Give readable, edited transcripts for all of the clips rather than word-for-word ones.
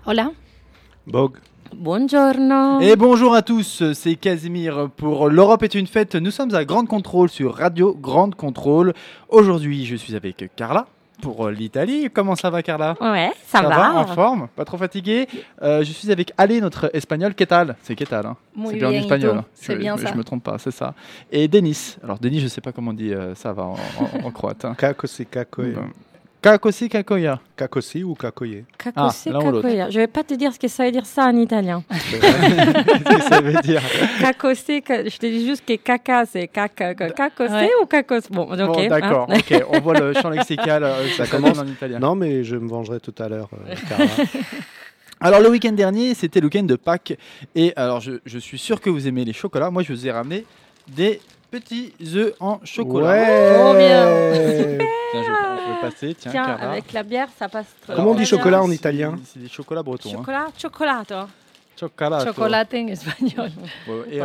Hola. Bog. Buongiorno. Et bonjour à tous, c'est Casimir pour L'Europe est une fête. Nous sommes à Grande Contrôle sur Radio Grande Contrôle. Aujourd'hui, je suis avec Carla pour l'Italie. Comment ça va, Carla? Ouais, ça va. En forme? Pas trop fatigué? Je suis avec Ale, notre espagnol. ¿Qué tal? C'est ¿qué tal? Hein? Muy C'est bien en bien, espagnol. c'est bien ça. Je me trompe pas, c'est ça. Et Denis. Alors, Denis, je sais pas comment on dit ça va en croate. Hein. Kakosi, kakoye. Kakosi, kakoya. Kakosi ou kakoye? Kakose, l'un ou l'autre. kakoya. Je vais pas te dire ce que ça veut dire ça en italien. Qu'est-ce que ça veut dire? Kakose, je te dis juste que caca, c'est kakose ou kakos. Bon, ok. Bon, d'accord. Ok, on voit le champ lexical. Ça commence en italien. Non, mais je me vengerai tout à l'heure, Carla. Alors le week-end dernier, c'était le week-end de Pâques. Et alors je suis sûr que vous aimez les chocolats. Moi, je vous ai ramené des petits œufs en chocolat. Ouais. Trop bien. Tiens, je vais passer. Tiens, Tiens, Carla. avec la bière, ça passe très Comment on dit bien. chocolat en italien? C'est des chocolats bretons. Chocolat, cioccolato. Chocolat. Chocolate en espagnol. Et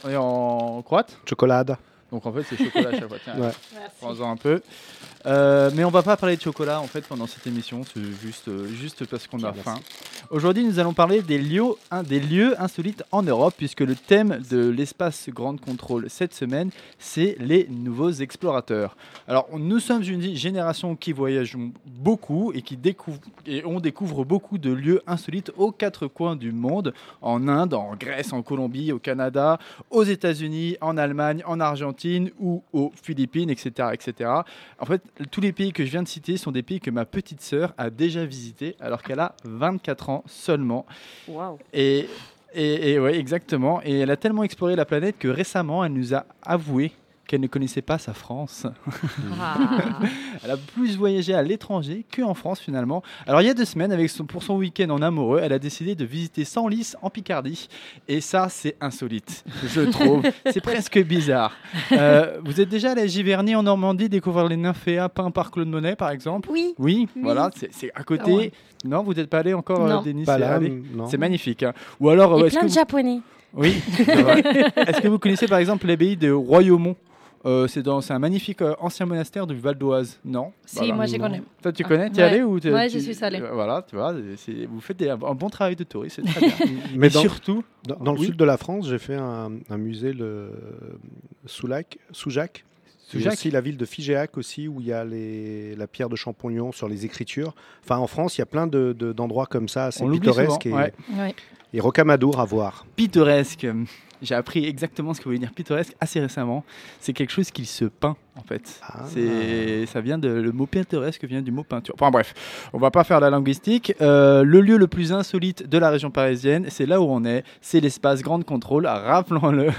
en croate. Chocolade. Donc en fait, c'est chocolat à chaque fois. Tiens, Ouais. prends-en un peu. Mais on va pas parler de chocolat en fait pendant cette émission, c'est juste parce qu'on a faim. Aujourd'hui, nous allons parler des lieux insolites en Europe, puisque le thème de l'espace Grande Contrôle cette semaine, c'est les nouveaux explorateurs. Alors, nous sommes une génération qui voyage beaucoup et on découvre beaucoup de lieux insolites aux quatre coins du monde, en Inde, en Grèce, en Colombie, au Canada, aux États-Unis, en Allemagne, en Argentine ou aux Philippines, etc., etc. En fait, tous les pays que je viens de citer sont des pays que ma petite sœur a déjà visités alors qu'elle a 24 ans seulement. Waouh. Et ouais, exactement. Et elle a tellement exploré la planète que récemment, elle nous a avoué qu'elle ne connaissait pas sa France. Elle a plus voyagé à l'étranger qu'en France finalement. Alors il y a 2 semaines, pour son week-end en amoureux, elle a décidé de visiter Senlis en Picardie. Et ça, c'est insolite, je trouve. C'est presque bizarre. Vous êtes déjà allé à Giverny en Normandie découvrir les nymphéas peints par Claude Monet par exemple? Oui. Voilà, c'est à côté. Ah ouais. Non, vous n'êtes pas allé encore, Non. Denis? Pas là, Allez. non. C'est magnifique. Hein. Ou alors, Et est-ce plein que de japonais. oui, c'est vrai. Est-ce que vous connaissez par exemple l'abbaye de Royaumont? C'est un magnifique ancien monastère du Val d'Oise, non? Si, moi je connais. Toi, tu connais? T'y Ouais. allé ou Ouais, je suis allée. Voilà, tu vois, vous faites un bon travail de touriste, c'est très bien. Mais Et surtout, dans le oui. sud de la France, j'ai fait un musée, le Soujac. Il y a aussi la ville de Figeac aussi, où il y a la pierre de Champollion sur les écritures. Enfin, en France, il y a plein d'endroits comme ça, assez On l'oublie pittoresques souvent, ouais. et rocamadour à voir. Pittoresque. J'ai appris exactement ce que voulait dire pittoresque assez récemment. C'est quelque chose qui se peint en fait. Ça vient le mot pittoresque vient du mot peinture. Enfin bref, on va pas faire la linguistique. Le lieu le plus insolite de la région parisienne, c'est là où on est. C'est l'espace Grande Contrôle. Rappelons-le.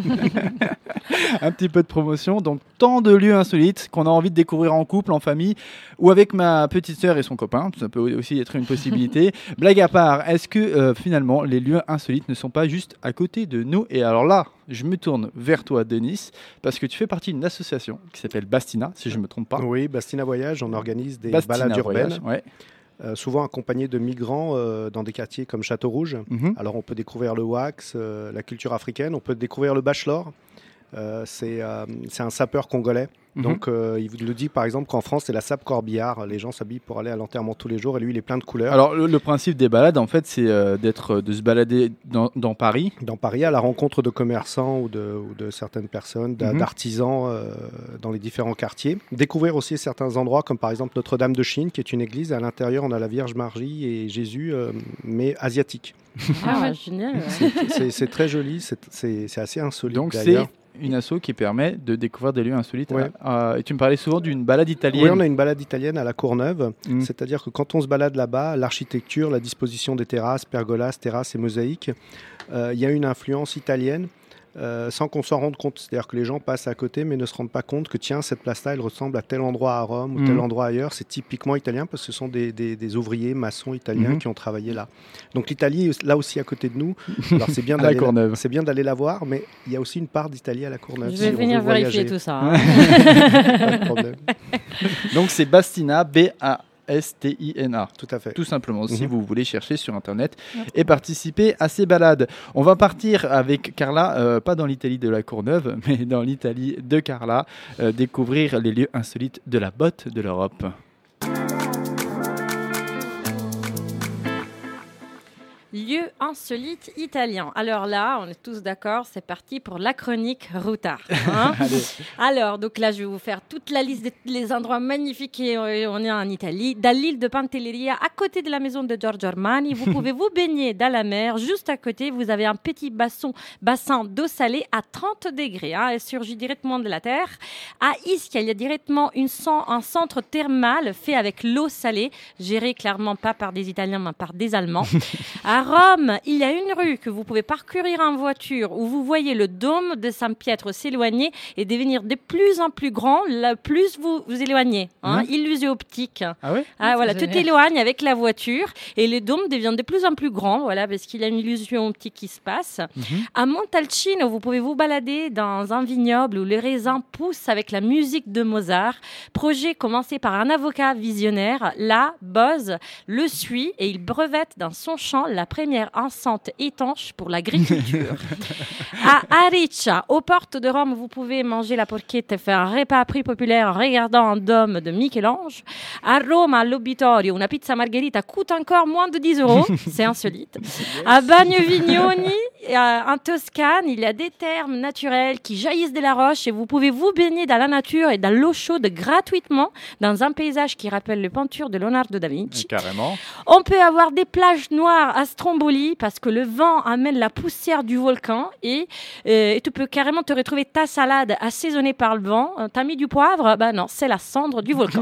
Un petit peu de promotion. Donc tant de lieux insolites qu'on a envie de découvrir en couple, en famille ou avec ma petite sœur et son copain. Ça peut aussi être une possibilité. Blague à part, est-ce que finalement les lieux insolites ne sont pas juste à côté de nous? Et alors là, je me tourne vers toi, Denis, parce que tu fais partie d'une association qui s'appelle Bastina, si je ne me trompe pas. Oui, Bastina Voyage, on organise des Bastina balades urbaines, Voyage, ouais. souvent accompagnés de migrants dans des quartiers comme Château-Rouge. Mhm. Alors on peut découvrir le wax, la culture africaine, on peut découvrir le bachelor. C'est un sapeur congolais. Donc il nous dit par exemple qu'en France c'est la sape corbillard. Les gens s'habillent pour aller à l'enterrement tous les jours et lui il est plein de couleurs. Alors le principe des balades en fait c'est de se balader dans Paris. Dans Paris à la rencontre de commerçants ou de certaines personnes, d'artisans dans les différents quartiers. Découvrir aussi certains endroits comme par exemple Notre-Dame de Chine qui est une église. À l'intérieur on a la Vierge Marie et Jésus mais asiatique. Ah, génial. C'est très joli, c'est assez insolite. Donc d'ailleurs. c'est une asso qui permet de découvrir des lieux insolites. Ouais. Et tu me parlais souvent d'une balade italienne. Oui, on a une balade italienne à la Courneuve. C'est-à-dire que quand on se balade là-bas, l'architecture, la disposition des terrasses, pergolas, terrasses et mosaïques, il y a une influence italienne sans qu'on s'en rende compte. C'est-à-dire que les gens passent à côté mais ne se rendent pas compte que tiens, cette place-là, elle ressemble à tel endroit à Rome ou tel endroit ailleurs. C'est typiquement italien parce que ce sont des ouvriers maçons italiens qui ont travaillé là. Donc l'Italie est là aussi à côté de nous. Alors c'est bien d'aller la voir, mais il y a aussi une part d'Italie à la Courneuve. Je vais venir vérifier tout ça. Hein. Pas de problème. Donc c'est Bastina, Bastina, tout à fait. Tout simplement, si vous voulez chercher sur Internet et participer à ces balades. On va partir avec Carla, pas dans l'Italie de la Courneuve, mais dans l'Italie de Carla, découvrir les lieux insolites de la botte de l'Europe. Lieu insolite italien. Alors là, on est tous d'accord, c'est parti pour la chronique routard. Hein. Alors, donc là, je vais vous faire toute la liste des endroits magnifiques et on est en Italie. Dans l'île de Pantelleria, à côté de la maison de Giorgio Armani, vous pouvez vous baigner dans la mer. Juste à côté, vous avez un petit bassin d'eau salée à 30 degrés. Hein. Elle surgit directement de la terre. À Ischia, il y a directement un centre thermal fait avec l'eau salée, géré clairement pas par des Italiens, mais par des Allemands. À Rome, il y a une rue que vous pouvez parcourir en voiture où vous voyez le dôme de Saint-Pietro s'éloigner et devenir de plus en plus grand, plus vous vous éloignez. Hein. Illusion optique. Ah oui? Voilà, tu t'éloignes avec la voiture et le dôme devient de plus en plus grand, voilà, parce qu'il y a une illusion optique qui se passe. À Montalcino, vous pouvez vous balader dans un vignoble où les raisins poussent avec la musique de Mozart. Projet commencé par un avocat visionnaire. Là, Bose le suit et il brevette dans son champ la première enceinte étanche pour l'agriculture. À Ariccia, aux portes de Rome, vous pouvez manger la porchetta et faire un repas à prix populaire en regardant un dôme de Michel-Ange. À Rome, à l'Obitorio, une pizza margherita coûte encore moins de 10 €. C'est insolite. À Bagnovignoni, en Toscane, il y a des thermes naturels qui jaillissent de la roche et vous pouvez vous baigner dans la nature et dans l'eau chaude gratuitement dans un paysage qui rappelle les peintures de Leonardo da Vinci. Carrément. On peut avoir des plages noires à Stromboli parce que le vent amène la poussière du volcan et tu peux carrément te retrouver ta salade assaisonnée par le vent. T'as mis du poivre? Ben non, c'est la cendre du volcan.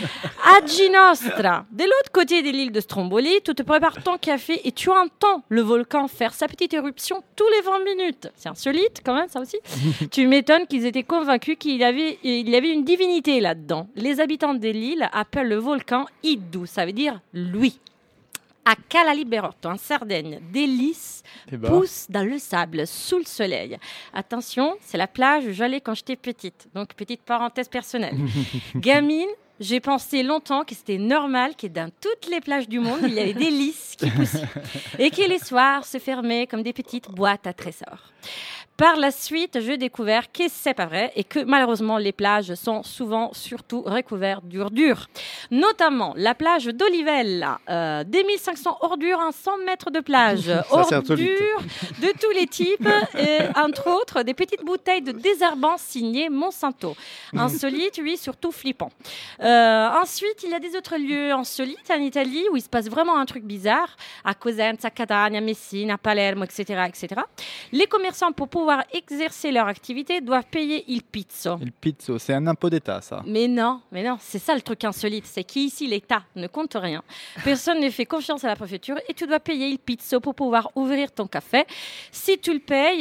À Ginostra, de l'autre côté de l'île de Stromboli, tu te prépares ton café et tu entends le volcan faire sa petite éruption tous les 20 minutes. C'est insolite quand même, ça aussi. Tu m'étonnes qu'ils étaient convaincus qu'il y avait une divinité là-dedans. Les habitants de l'île appellent le volcan Iddu, ça veut dire lui. À Cala Liberotto, en Sardaigne, des lys poussent dans le sable, sous le soleil. Attention, c'est la plage où j'allais quand j'étais petite. Donc, petite parenthèse personnelle. Gamine, j'ai pensé longtemps que c'était normal que dans toutes les plages du monde, il y avait des lys qui poussaient et que les soirs se fermaient comme des petites boîtes à trésors. Par la suite, j'ai découvert que c'est pas vrai et que malheureusement, les plages sont souvent surtout recouvertes d'ordures. Notamment la plage d'Olivella, 2500 ordures en 100 mètres de plage. Ça, ordures de tous les types, et, entre autres des petites bouteilles de désherbant signées Monsanto. Insolite, oui, surtout flippant. Ensuite, il y a des autres lieux insolites en Italie où il se passe vraiment un truc bizarre. À Cosenza, à Catania, à Messine, à Palermo, etc., etc. Les commerçants, pour pouvoir exercer leur activité, doivent payer il pizzo. Il pizzo, c'est un impôt d'État, ça. Mais non, c'est ça le truc insolite, c'est qu'ici l'État ne compte rien. Personne ne fait confiance à la préfecture et tu dois payer il pizzo pour pouvoir ouvrir ton café. Si tu le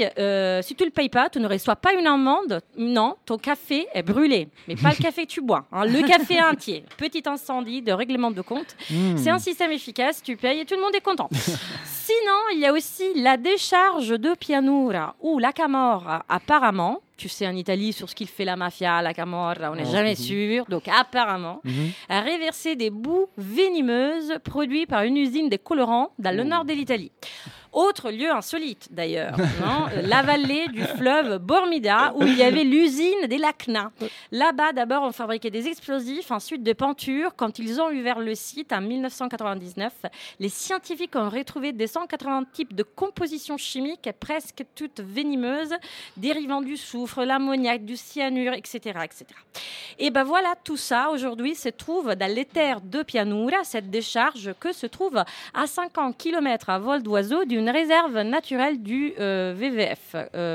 payes pas, tu ne reçois pas une amende. Non, ton café est brûlé, mais pas le café que tu bois. Hein. Le café entier. Petit incendie de règlement de compte. C'est un système efficace, tu payes et tout le monde est content. Sinon, il y a aussi la décharge de Pianura ou la Camorra, apparemment. Tu sais, en Italie, sur ce qu'il fait la mafia, la Camorra, on n'est jamais sûr. Donc, apparemment, a reversé des boues venimeuses produites par une usine de colorants dans le nord de l'Italie. Autre lieu insolite, d'ailleurs, la vallée du fleuve Bormida, où il y avait l'usine des Lacna. Là-bas, d'abord, on fabriquait des explosifs, ensuite des peintures. Quand ils ont ouvert le site en 1999, les scientifiques ont retrouvé des 180 types de compositions chimiques, presque toutes venimeuses, dérivant du soufre, l'ammoniac, du cyanure, etc., etc. Et ben voilà, tout ça, aujourd'hui, se trouve dans les terres de Pianura, cette décharge que se trouve à 50 km à vol d'oiseau d'une réserve naturelle du WWF.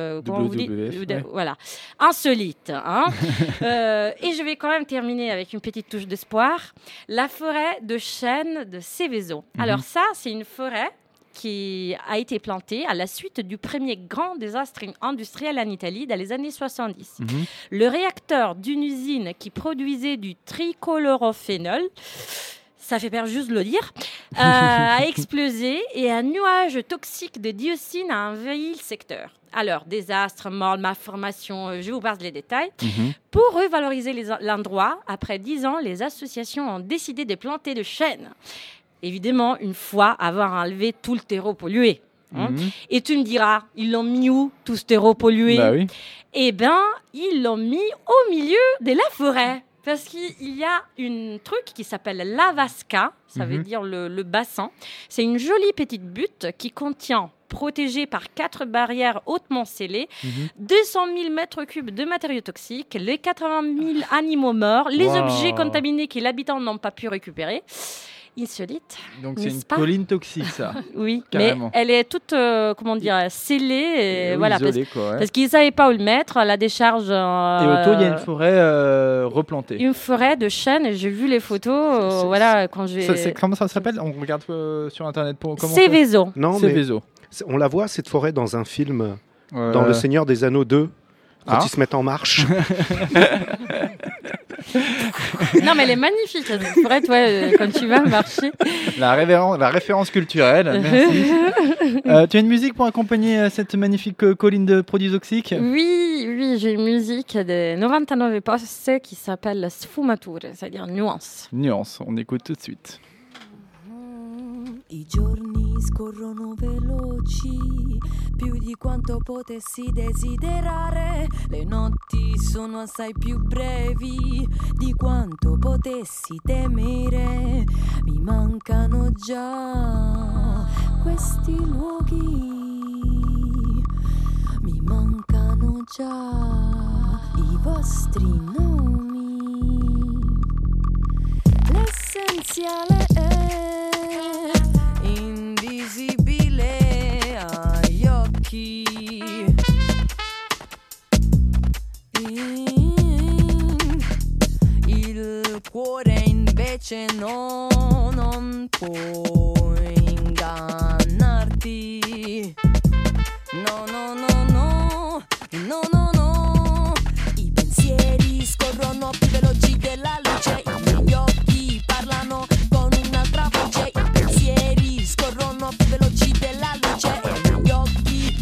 Voilà. Insolite. Hein. Et je vais quand même terminer avec une petite touche d'espoir. La forêt de chêne de Seveso. Alors ça, c'est une forêt qui a été plantée à la suite du premier grand désastre industriel en Italie dans les années 70. Le réacteur d'une usine qui produisait du trichlorophénol, ça fait peur juste de le dire, a explosé et un nuage toxique de dioxine a envahi le secteur. Alors, désastre, mort, malformation, je vous passe les détails. Pour revaloriser l'endroit, après 10 ans, les associations ont décidé de planter de chênes. Évidemment, une fois avoir enlevé tout le terreau pollué. Et tu me diras, ils l'ont mis où, tout ce terreau pollué? Bah oui. Eh bien, ils l'ont mis au milieu de la forêt. Parce qu'il y a un truc qui s'appelle la vasca, ça veut dire le bassin. C'est une jolie petite butte qui contient, protégée par 4 barrières hautement scellées, 200 000 mètres cubes de matériaux toxiques, les 80 000 animaux morts, les objets contaminés que l'habitant n'ont pas pu récupérer. Insolite. Donc c'est une colline toxique, ça. Oui, carrément. Mais elle est toute, scellée, voilà, isolée, parce qu'ils ne savaient pas où le mettre, la décharge. Et autour, il y a une forêt replantée. Une forêt de chênes, et j'ai vu les photos, quand j'ai... Comment ça s'appelle ? On regarde sur Internet pour comment Seveso. Non, Seveso. On la voit, cette forêt, dans un film, dans Le Seigneur des Anneaux 2, quand ils se mettent en marche. Non, mais elle est magnifique, cette forêt, quand tu vas marcher. La référence culturelle, merci. Tu as une musique pour accompagner cette magnifique colline de produits toxiques ? Oui, j'ai une musique de 99 Posse qui s'appelle Sfumature, c'est-à-dire nuance. Nuance, on écoute tout de suite. I giorni scorrono veloci, più di quanto potessi desiderare. Le notti sono assai più brevi di quanto potessi temere. Mi mancano già questi luoghi, mi mancano già i vostri nomi. L'essenziale è invisibile agli occhi. Il cuore invece non può ingannarti. No. I pensieri scorrono più veloci della luce. Gli occhi parlano con un'altra voce. I pensieri scorrono più veloci della luce. Gli occhi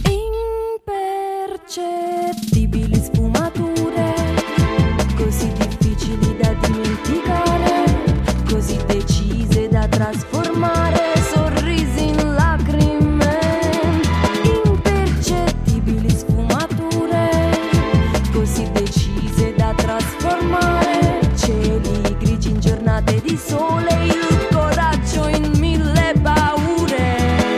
impercettibili sfumature, così difficili da dimenticare, così decise da trasformare sorrisi in lacrime. Impercettibili sfumature, così decise da trasformare cieli grigi in giornate di sole, il coraggio in 1000 paure.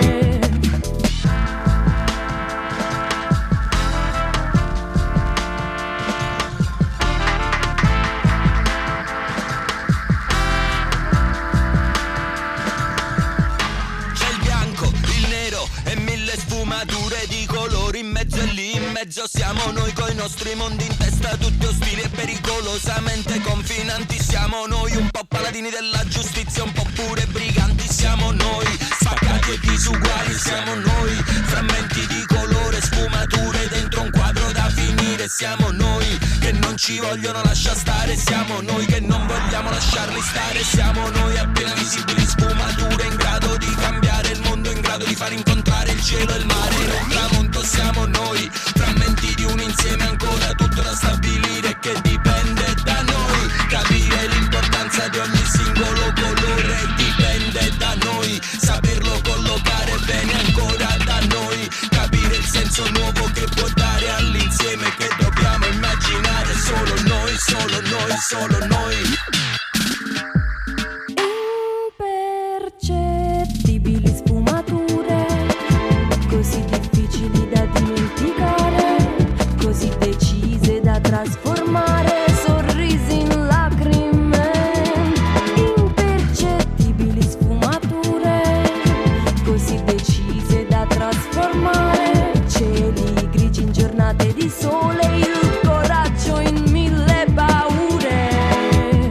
C'è il bianco, il nero e 1000 sfumature di colori in mezzo, e lì in mezzo siamo noi coi nostri mondi in testa, tutti ostili e pericolosamente confinanti. Siamo noi, un po' paladini della giustizia, un po' pure briganti. Siamo noi, spaccati e disuguali. Siamo noi, frammenti di colore, sfumature dentro un quadro da finire. Siamo noi che non ci vogliono lasciare stare. Siamo noi che non vogliamo lasciarli stare. Siamo noi appena visibili sfumature, in grado di cambiare il mondo, in grado di far incontrare il cielo e il mare in un tramonto. Siamo noi, frammenti di un insieme ancora tutto da stabilire, che dipende da noi. Capire l'importanza di ogni singolo colore dipende da noi. Saperlo collocare bene ancora da noi. Capire il senso nuovo che può dare all'insieme che dobbiamo immaginare. Solo noi, solo noi, solo noi. Impercettibili sfumature, così difficili da dimenticare, così decise da trasformare sorrisi in lacrime. Impercettibili sfumature, così decise da trasformare cieli grigi in giornate di sole, il coraggio in 1000 paure.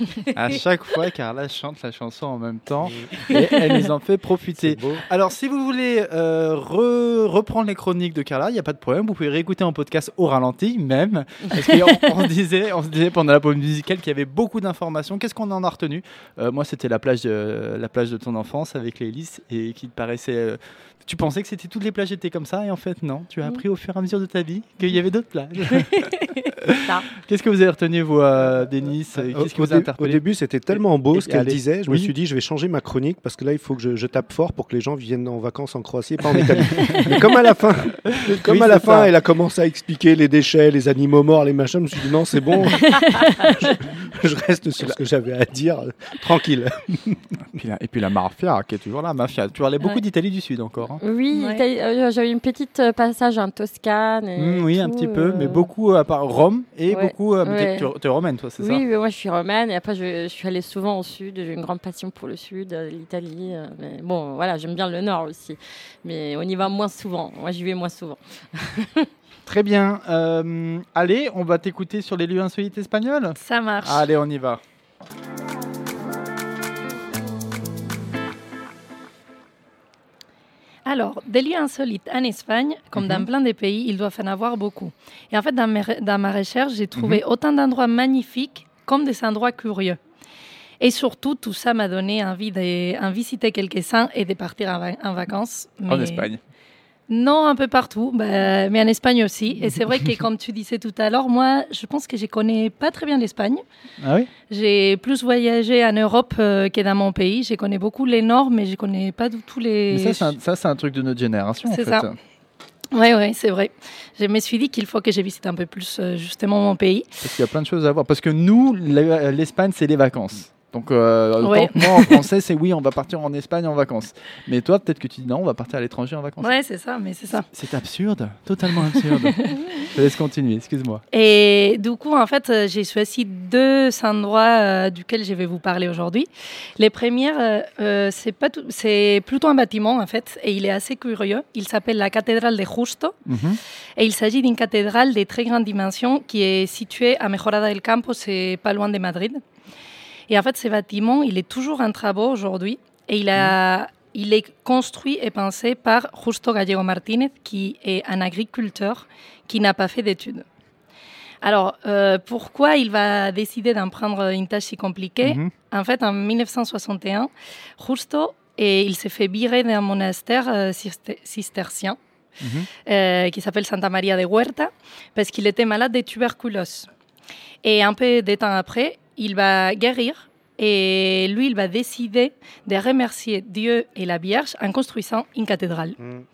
À chaque fois, Carla chante la chanson en même temps et elle nous en fait profiter. C'est beau. Alors, si vous voulez reprendre les chroniques de Carla, il n'y a pas de problème. Vous pouvez réécouter en podcast au ralenti, même. Parce qu'on se disait pendant la pause musicale qu'il y avait beaucoup d'informations. Qu'est-ce qu'on en a retenu ? Moi, c'était la plage de ton enfance avec les hélices et qui te paraissait. Tu pensais que toutes les plages étaient comme ça et en fait, non. Tu as appris au fur et à mesure de ta vie qu'il y avait d'autres plages. Ça. Qu'est-ce que vous avez retenu, vous, Denis ? Qu'est-ce qui vous a Au interpellé ? début, c'était tellement beau ce qu'elle allez. disait. Je me Oui. suis dit, je vais changer ma chronique parce que là, il faut que je tape fort pour que les gens viennent en vacances en Croatie et pas en Italie. Mais comme à la fin, Oui, c'est ça. elle a commencé à expliquer les déchets, les animaux morts, les machins, je me suis dit, non, c'est bon. je reste sur ce que j'avais à dire. Tranquille. Et puis la mafia qui est toujours là. Mafia. Tu parlais beaucoup Ouais. d'Italie du Sud encore. Hein. Oui, Ouais. j'avais une petite passage en Toscane. Et Oui, tout, un petit peu, mais beaucoup à part Rome et Ouais. beaucoup. Ouais. Tu es romaine, toi, c'est ça ? Oui, mais moi je suis romaine et après je suis allée souvent au sud. J'ai une grande passion pour le sud, l'Italie. Mais bon, voilà, j'aime bien le nord aussi. Mais on y va moins souvent. Moi j'y vais moins souvent. Très bien. Allez, on va t'écouter sur les lieux insolites espagnols. Ça marche. Allez, on y va. Alors, des lieux insolites en Espagne, comme dans plein de pays, ils doivent en avoir beaucoup. Et en fait, dans ma recherche, j'ai trouvé autant d'endroits magnifiques comme des endroits curieux. Et surtout, tout ça m'a donné envie d'en visiter quelques-uns et de partir en vacances. En Espagne. Non, un peu partout, mais en Espagne aussi. Et c'est vrai que, comme tu disais tout à l'heure, moi, je pense que je connais pas très bien l'Espagne. Ah oui ? J'ai plus voyagé en Europe que dans mon pays. Je connais beaucoup les Nords, mais je connais pas du tout les... Mais ça, c'est un truc de notre génération, en C'est fait. ça. Oui, c'est vrai. Je me suis dit qu'il faut que je visite un peu plus, justement, mon pays. Parce qu'il y a plein de choses à voir. Parce que nous, l'Espagne, c'est les vacances. Donc, Ouais. moi, en français, c'est oui, on va partir en Espagne en vacances. Mais toi, peut-être que tu dis non, on va partir à l'étranger en vacances. Ouais, c'est ça, mais c'est ça. C'est absurde, totalement absurde. Je te laisse continuer, excuse-moi. Et du coup, en fait, j'ai choisi deux endroits duquel je vais vous parler aujourd'hui. Les premières, c'est plutôt un bâtiment, en fait, et il est assez curieux. Il s'appelle la cathédrale de Justo, et il s'agit d'une cathédrale de très grande dimension qui est située à Mejorada del Campo, c'est pas loin de Madrid. Et en fait, ce bâtiment, il est toujours en travaux aujourd'hui, et il est construit et pensé par Justo Gallego Martínez, qui est un agriculteur qui n'a pas fait d'études. Alors, pourquoi il va décider d'en prendre une tâche si compliquée ? En fait, en 1961, Justo, il s'est fait virer d'un monastère cistercien qui s'appelle Santa Maria de Huerta parce qu'il était malade de tuberculose. Et un peu de temps après, il va guérir et lui, il va décider de remercier Dieu et la Vierge en construisant une cathédrale.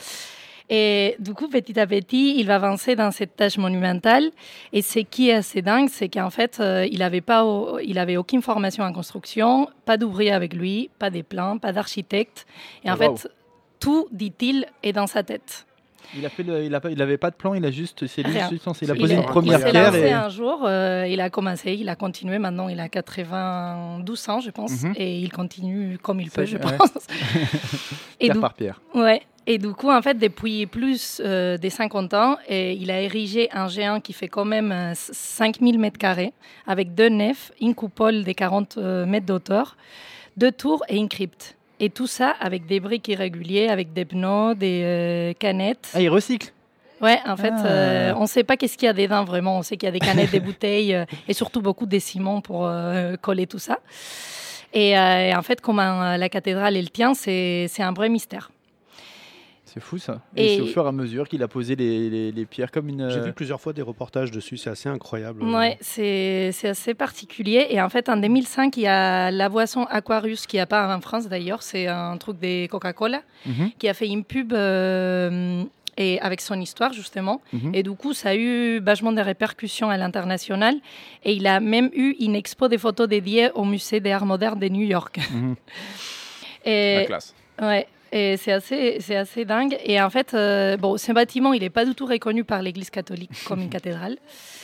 Et du coup, petit à petit, il va avancer dans cette tâche monumentale. Et ce qui est assez dingue, c'est qu'en fait, il avait aucune formation en construction, pas d'ouvrier avec lui, pas de plans, pas d'architecte. Et en fait, tout, dit-il, est dans sa tête. Il avait pas de plan, il a juste Rien. il a posé une première il s'est pierre. lancé un jour, il a commencé, il a continué. Maintenant, il a 92 ans, je pense, et il continue comme il peut, je pense. Pierre par pierre. Ouais. Et du coup, en fait, depuis plus de 50 ans, il a érigé un géant qui fait quand même 5000 mètres carrés, avec 2 nefs, une coupole de 40 mètres d'auteur, 2 tours et une crypte. Et tout ça avec des briques irréguliers, avec des pneus, des canettes. Ah, il recycle. Ouais, en fait, on ne sait pas qu'est-ce qu'il y a dedans vraiment. On sait qu'il y a des canettes, des bouteilles et surtout beaucoup de ciment pour coller tout ça. Et en fait, comment la cathédrale elle tient, c'est un vrai mystère. C'est fou ça. Et c'est au fur et à mesure qu'il a posé les pierres comme une... J'ai vu plusieurs fois des reportages dessus, c'est assez incroyable. Ouais, c'est assez particulier. Et en fait, en 2005, il y a la boisson Aquarius, qui n'y a pas en France d'ailleurs, c'est un truc de Coca-Cola, qui a fait une pub et avec son histoire justement. Et du coup, ça a eu vachement de répercussions à l'international. Et il a même eu une expo des photos dédiée au musée d'art moderne de New York. La classe. Ouais. Et c'est assez dingue. Et en fait, ce bâtiment, il n'est pas du tout reconnu par l'Église catholique comme une cathédrale.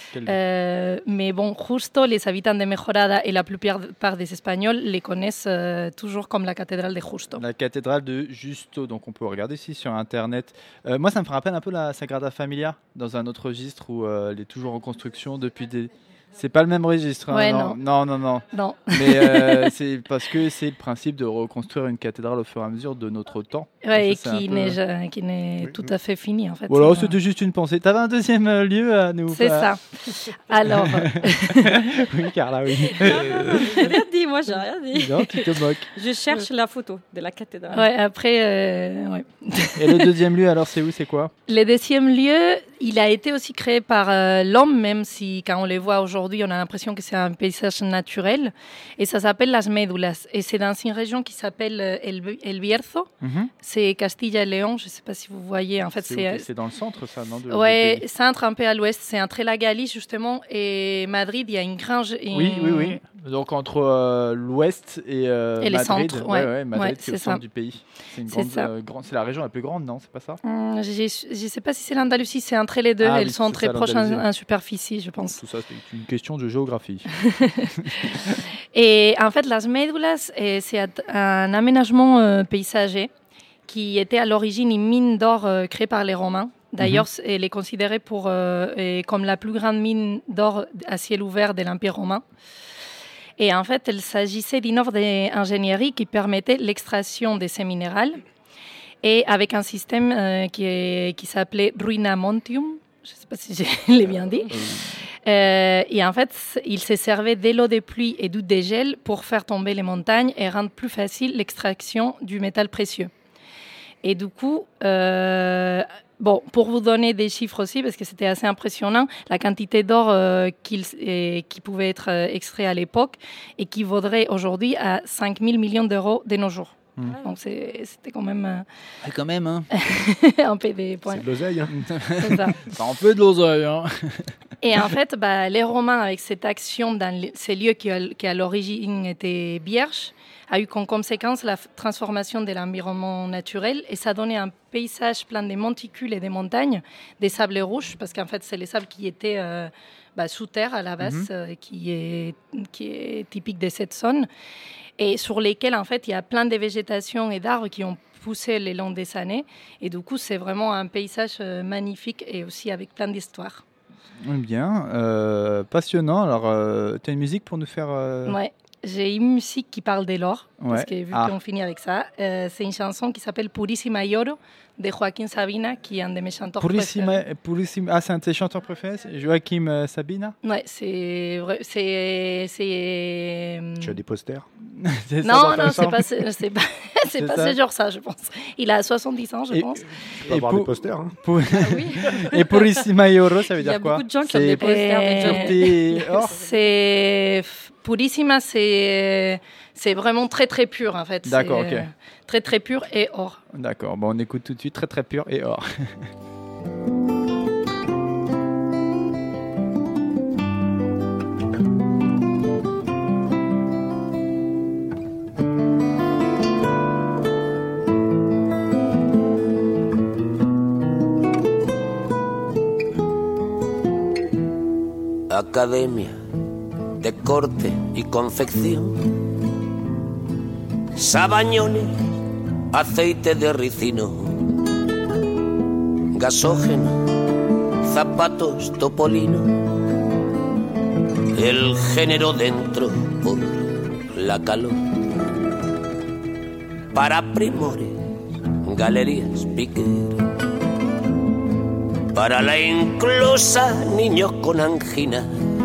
Mais bon, Justo, les habitants de Mejorada et la plupart des Espagnols les connaissent toujours comme la cathédrale de Justo. La cathédrale de Justo, donc on peut regarder ici sur Internet. Moi, ça me rappelle un peu la Sagrada Familia, dans un autre registre où elle est toujours en construction depuis des... C'est pas le même registre. Hein, Ouais, non. Non. Mais c'est parce que c'est le principe de reconstruire une cathédrale au fur et à mesure de notre temps. Ouais, et ça, qui n'est tout à fait fini en fait. Voilà, c'était juste une pensée. T'avais un deuxième lieu à nous. C'est ça. Alors. Oui, Carla, oui. Non, j'ai rien dit, moi, j'ai rien dit. Non, tu te moques. Je cherche la photo de la cathédrale. Ouais, après, ouais. Et le deuxième lieu, alors, c'est où, c'est quoi? Le deuxième lieu, il a été aussi créé par l'homme, même si quand on les voit aujourd'hui, on a l'impression que c'est un paysage naturel. Et ça s'appelle Las Médulas. Et c'est dans une région qui s'appelle El Bierzo. C'est Castilla et Léon. Je ne sais pas si vous voyez. En fait, c'est dans le centre, ça, non? Ouais, centre un peu à l'ouest. C'est entre la Galice, justement, et Madrid. Il y a une grande... Oui. Donc, entre l'ouest et Madrid. Les centres, ouais. Madrid, Ouais, c'est le ça. centre du pays. C'est c'est la région la plus grande, non? C'est pas ça? Je ne sais pas si c'est l'Andalousie. C'est entre les deux. Ah, Elles oui, sont c'est très ça, proches l'Andalousie. en superficie, je pense. Tout ça, c'est une question de géographie. Et en fait, Las Médulas, c'est un aménagement paysager qui était à l'origine une mine d'or créée par les Romains. D'ailleurs, elle est considérée comme la plus grande mine d'or à ciel ouvert de l'Empire romain. Et en fait, il s'agissait d'une œuvre d'ingénierie qui permettait l'extraction de ces minéraux et avec un système qui s'appelait Ruinamontium. Je ne sais pas si je l'ai bien dit. Et en fait, il se servait de l'eau de pluie et du dégel pour faire tomber les montagnes et rendre plus facile l'extraction du métal précieux. Et du coup, pour vous donner des chiffres aussi, parce que c'était assez impressionnant, la quantité d'or qui pouvait être extrait à l'époque et qui vaudrait aujourd'hui à 5 000 millions d'euros de nos jours. Donc c'était quand même... Quand même, hein. un peu des points. C'est de l'oseille. Hein. C'est ça. C'est un peu de l'oseille, hein. Et en fait, les Romains, avec cette action dans ces lieux qui à l'origine étaient vierges, a eu comme conséquence la transformation de l'environnement naturel et ça donnait un paysage plein de monticules et de montagnes, des sables rouges, parce qu'en fait, c'est les sables qui étaient sous terre à la base, qui est typique de cette zone, et sur lesquels, en fait, il y a plein de végétations et d'arbres qui ont poussé le long des années. Et du coup, c'est vraiment un paysage magnifique et aussi avec plein d'histoires. Bien, passionnant. Alors, tu as une musique pour nous faire... Ouais. J'ai une musique qui parle de l'or, parce que vu Ah. qu'on finit avec ça, c'est une chanson qui s'appelle Purissima y Oro de Joaquín Sabina, qui est un de mes chanteurs préférés. Purissima. Ah, c'est un de tes chanteurs préférés, Joaquim Sabina. Ouais, c'est vrai. Tu as des posters? C'est ça, Non, dans ta non, c'est chambre. pas ce genre ça, je pense. Il a 70 ans, je pense. Tu peux avoir des posters. Hein. Et Purissima y Oro, ça veut Il y a dire quoi? beaucoup de gens qui ont des posters de Joe. Pureté or. C'est Purissima, c'est vraiment très très pur en fait. D'accord, C'est, ok. Très très pur et or. D'accord, bon, on écoute tout de suite, très très pur et or. Academia de corte y confección, sabañones, aceite de ricino, gasógeno, zapatos topolino, el género dentro por la calor, para primores, galerías Piquer, para la inclusa niños con anginas,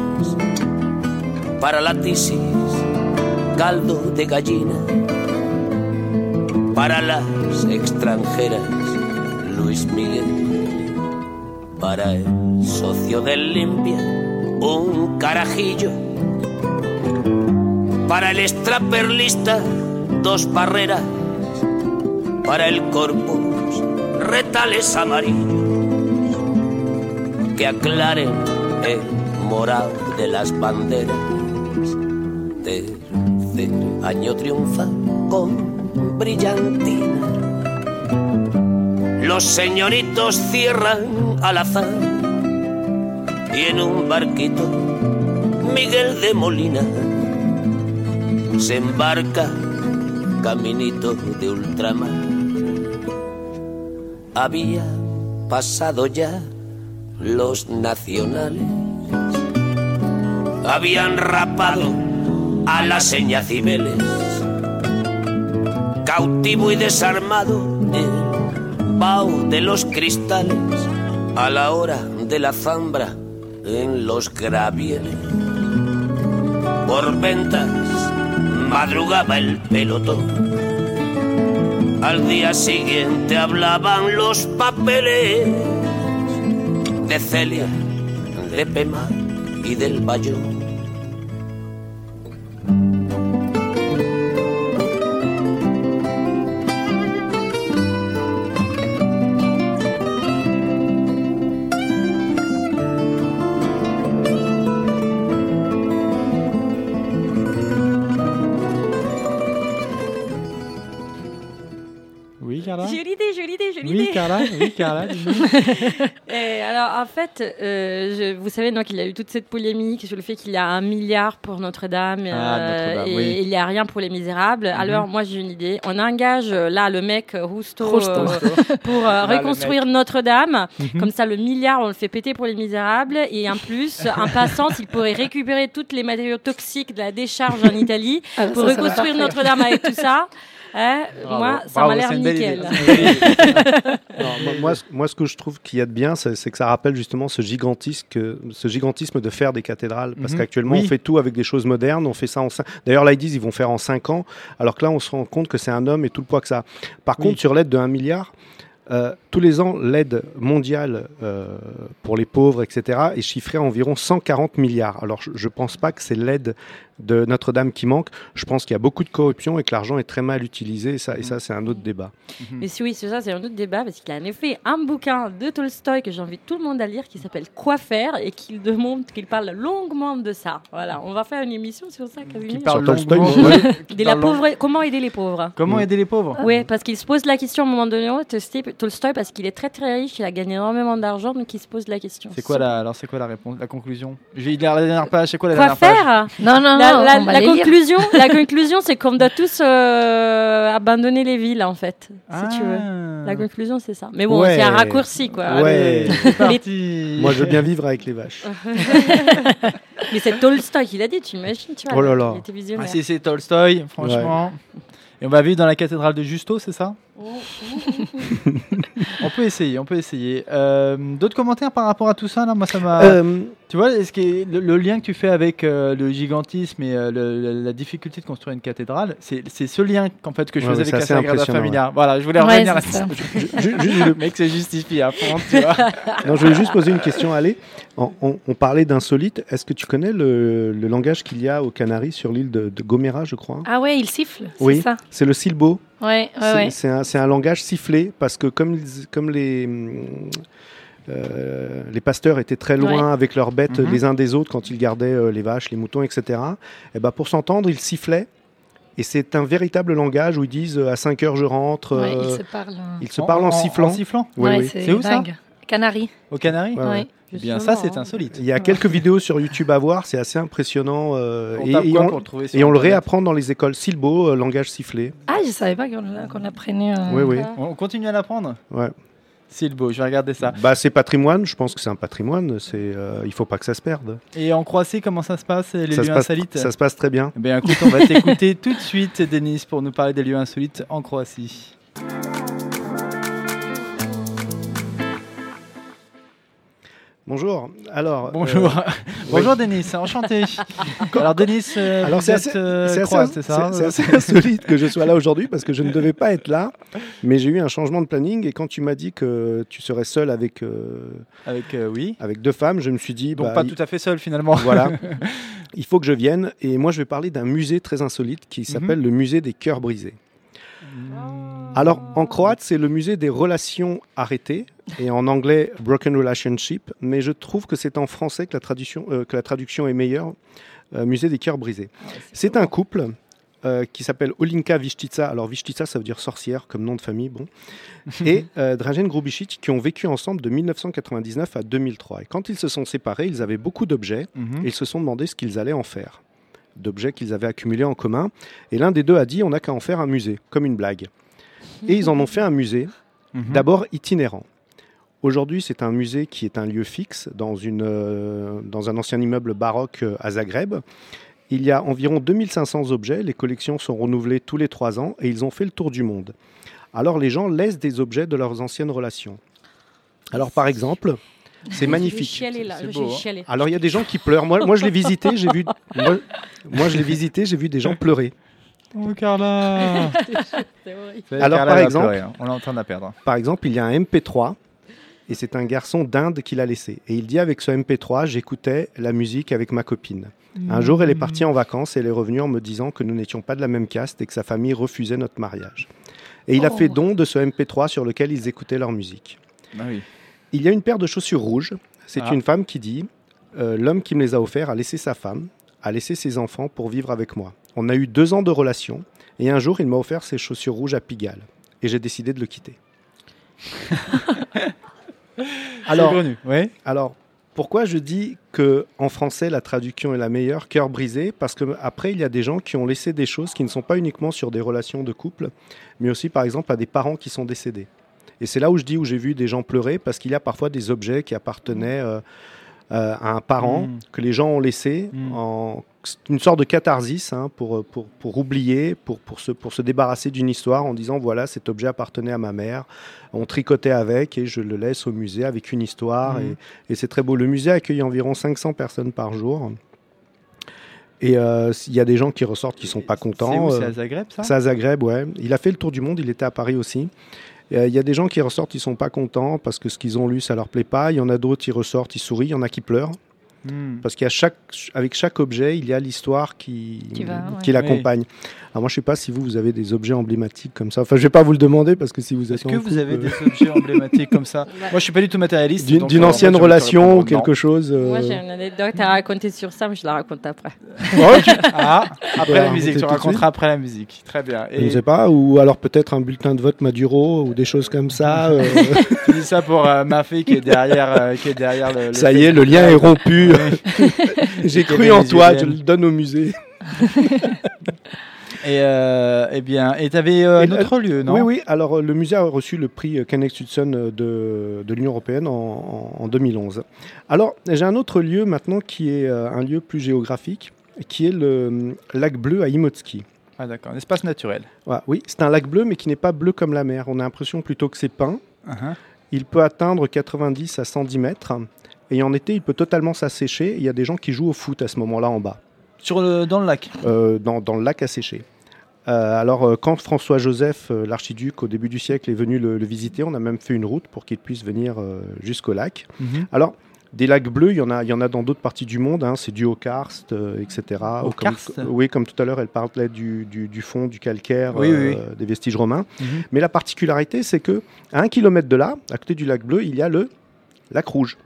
para la tisis, caldo de gallina, para las extranjeras, Luis Miguel, para el socio del Limpia, un carajillo, para el extraperlista, 2 barreras, para el corpus, retales amarillos, que aclaren el morado de las banderas. Tercer año triunfa con brillantina. Los señoritos cierran al azar y en un barquito Miguel de Molina se embarca caminito de ultramar. Había pasado ya los nacionales habían rapado a la seña Cibeles. Cautivo y desarmado el vaho de los cristales, a la hora de la zambra en los gravieles. Por ventas madrugaba el pelotón. Al día siguiente hablaban los papeles de Celia, de Pema y del Bayón. Carla ? Jolie idée. Oui, Carla. dis-nous. Alors, en fait, vous savez, donc, il y a eu toute cette polémique sur le fait qu'il y a 1 milliard pour Notre-Dame, Notre-Dame, et oui. il n'y a rien pour les Misérables. Alors, moi, j'ai une idée. On engage là le mec Rusto pour reconstruire Notre-Dame. Comme ça, le milliard, on le fait péter pour les Misérables. Et en plus, en passant, il pourrait récupérer toutes les matériaux toxiques de la décharge en Italie pour reconstruire Notre-Dame avec tout ça. Moi, ça m'a l'air nickel. Non, moi, ce que je trouve qu'il y a de bien, c'est que ça rappelle justement ce gigantisme de faire des cathédrales. Parce qu'actuellement, on fait tout avec des choses modernes. On fait ça D'ailleurs, là, ils disent qu'ils vont faire en 5 ans. Alors que là, on se rend compte que c'est un homme et tout le poids que ça a. Par contre, sur l'aide de 1 milliard, tous les ans, l'aide mondiale pour les pauvres, etc., est chiffrée à environ 140 milliards. Alors, je ne pense pas que c'est l'aide de Notre-Dame qui manque. Je pense qu'il y a beaucoup de corruption et que l'argent est très mal utilisé. Et ça, c'est un autre débat. Mais oui, c'est ça, c'est un autre débat parce qu'il a en effet un bouquin de Tolstoï que j'invite tout le monde à lire qui s'appelle Quoi faire et qu'il parle longuement de ça. Voilà, on va faire une émission sur ça. Qui parle Tolstoï, Comment aider les pauvres. Comment aider les pauvres ? Oui, parce qu'il se pose la question à un moment donné, Tolstoï, parce qu'il est très très riche, il a gagné énormément d'argent, donc il se pose la question. C'est quoi la réponse, la conclusion ? J'ai dit la dernière page, c'est quoi la Quoi dernière page ? faire ? Non. La conclusion, c'est qu'on doit tous abandonner les villes, en fait, si tu veux. La conclusion, c'est ça. Mais bon, Ouais. c'est un raccourci, quoi. Ouais. C'est parti. Moi, je veux bien vivre avec les vaches. Mais c'est Tolstoï qui l'a dit, tu imagines, tu vois. Oh là là. Il était visionnaire. Ah, si c'est Tolstoï, franchement. Et on va vivre dans la cathédrale de Justo, c'est ça ? On peut essayer. D'autres commentaires par rapport à tout ça là ? Moi, ça m'a. Tu vois, le lien que tu fais avec le gigantisme et la difficulté de construire une cathédrale, c'est ce lien qu'en fait que je faisais avec la Sagrada Familia. Voilà, je voulais revenir là-dessus. Le mec se justifie à fond, tu vois. Non, je voulais juste poser une question. Allez, on parlait d'insolite. Est-ce que tu connais le langage qu'il y a aux Canaries sur l'île de Gomera, je crois ? Ah ouais, il siffle, Oui, c'est ça. c'est le silbo. Ouais. C'est un langage sifflé parce que comme les pasteurs étaient très loin avec leurs bêtes les uns des autres quand ils gardaient les vaches, les moutons, etc. Et ben pour s'entendre, ils sifflaient. Et c'est un véritable langage où ils disent à 5 heures je rentre. Ils se parlent en sifflant. En sifflant. Oui. C'est où ça ? Canaries. Aux Canaries ? Ouais. Eh bien, ça, c'est insolite. Il y a quelques vidéos sur YouTube à voir, c'est assez impressionnant. Et on le réapprend dans les écoles. Silbo, langage sifflé. Ah, je ne savais pas qu'on apprenait. Oui. On continue à l'apprendre ? Ouais. Silbo, je vais regarder ça. Bah, c'est patrimoine, je pense que c'est un patrimoine. Il ne faut pas que ça se perde. Et en Croatie, comment ça se passe, les lieux insolites ? Ça se passe très bien. Eh bien, écoute, on va t'écouter tout de suite, Denis, pour nous parler des lieux insolites en Croatie. Bonjour. Alors. Bonjour. Bonjour Denis, enchanté. Alors Denis, c'est assez insolite que je sois là aujourd'hui parce que je ne devais pas être là, mais j'ai eu un changement de planning et quand tu m'as dit que tu serais seul avec 2 femmes, je me suis dit donc pas tout à fait seul finalement. Voilà. Il faut que je vienne et moi je vais parler d'un musée très insolite qui s'appelle le musée des cœurs brisés. Alors, en croate, c'est le musée des relations arrêtées, et en anglais, Broken Relationship, mais je trouve que c'est en français que la traduction est meilleure, musée des cœurs brisés. C'est un couple qui s'appelle Olinka Vištica, alors Vištica, ça veut dire sorcière, comme nom de famille, bon, et Dražen Grubisic, qui ont vécu ensemble de 1999 à 2003. Et quand ils se sont séparés, ils avaient beaucoup d'objets, et ils se sont demandé ce qu'ils allaient en faire, d'objets qu'ils avaient accumulés en commun, et l'un des deux a dit, on n'a qu'à en faire un musée, comme une blague. Et ils en ont fait un musée, d'abord itinérant. Aujourd'hui, c'est un musée qui est un lieu fixe dans un ancien immeuble baroque à Zagreb. Il y a environ 2500 objets, les collections sont renouvelées tous les 3 ans et ils ont fait le tour du monde. Alors les gens laissent des objets de leurs anciennes relations. Alors par exemple, c'est magnifique. J'ai chialé là, C'est j'ai beau, hein. chialé. Alors il y a des gens qui pleurent. Moi je l'ai visité, j'ai vu des gens pleurer. Oh Carla. C'est horrible. Alors, Carla par va exemple- pleurer, hein. On est en train de la perdre. Par exemple, il y a un MP3 et c'est un garçon d'Inde qui l'a laissé. Et il dit avec ce MP3, j'écoutais la musique avec ma copine. Un jour, elle est partie en vacances et elle est revenue en me disant que nous n'étions pas de la même caste et que sa famille refusait notre mariage. Et il a fait don de ce MP3 sur lequel ils écoutaient leur musique. Ah oui. Il y a une paire de chaussures rouges. C'est Ah. une femme qui dit l'homme qui me les a offerts a laissé sa femme, a laissé ses enfants pour vivre avec moi. On a eu 2 ans de relation et un jour, il m'a offert ses chaussures rouges à Pigalle. Et j'ai décidé de le quitter. Alors, Saugrenu, ouais. alors, pourquoi je dis que en français la traduction est la meilleure, cœur brisé? Parce que après il y a des gens qui ont laissé des choses qui ne sont pas uniquement sur des relations de couple, mais aussi par exemple à des parents qui sont décédés. Et c'est là où je dis où j'ai vu des gens pleurer parce qu'il y a parfois des objets qui appartenaient à un parent que les gens ont laissé en une sorte de catharsis pour oublier, pour se débarrasser d'une histoire en disant voilà cet objet appartenait à ma mère, on tricotait avec et je le laisse au musée avec une histoire et c'est très beau. Le musée accueille environ 500 personnes par jour et il y a des gens qui ressortent qui sont pas contents. C'est où, c'est à Zagreb, ça? C'est à Zagreb, ouais. Il a fait le tour du monde, il était à Paris aussi. Il y a des gens qui ressortent, ils sont pas contents parce que ce qu'ils ont lu, ça leur plaît pas. Il y en a d'autres qui ressortent, ils sourient. Il y en a qui pleurent. Parce qu'avec chaque objet, il y a l'histoire qui l'accompagne. Alors moi, je sais pas si vous avez des objets emblématiques comme ça. Enfin, je vais pas vous le demander parce que si vous êtes Est-ce que vous avez des objets emblématiques comme ça? Moi, je suis pas du tout matérialiste. donc, d'une moi, ancienne je vais te relation répondre ou non. quelque chose Moi, j'ai une anecdote à raconter sur ça, mais je la raconte après. Ah, après Voilà, la musique, racontez tu tout de raconteras suite. après la musique. Très bien. Je ne sais pas, ou alors peut-être un bulletin de vote Maduro ou des choses comme ça. Tu dis ça pour ma fille qui est derrière, le Ça y est, le lien est rompu. J'ai Qui est cru en toi, je vénézuélienne. le donne au musée. Et bien, et t'avais un autre lieu, non? Oui, oui. Alors, le musée a reçu le prix Kenneth Hudson de l'Union européenne en 2011. Alors, j'ai un autre lieu maintenant qui est un lieu plus géographique, qui est le lac bleu à Imotski. Ah d'accord, un espace naturel. Voilà, oui, c'est un lac bleu, mais qui n'est pas bleu comme la mer. On a l'impression plutôt que c'est peint. Uh-huh. Il peut atteindre 90 à 110 mètres. Et en été, il peut totalement s'assécher. Il y a des gens qui jouent au foot à ce moment-là en bas, Dans le lac. dans le lac asséché. Alors, quand François-Joseph, l'archiduc, au début du siècle, est venu le visiter, on a même fait une route pour qu'il puisse venir jusqu'au lac. Alors, des lacs bleus, il y en a dans d'autres parties du monde. C'est dû au karst, etc. Au karst. Oui, comme tout à l'heure, elle parlait du fond, du calcaire, Oui. des vestiges romains. Mais la particularité, c'est que à 1 kilomètre de là, à côté du lac bleu, il y a le lac rouge.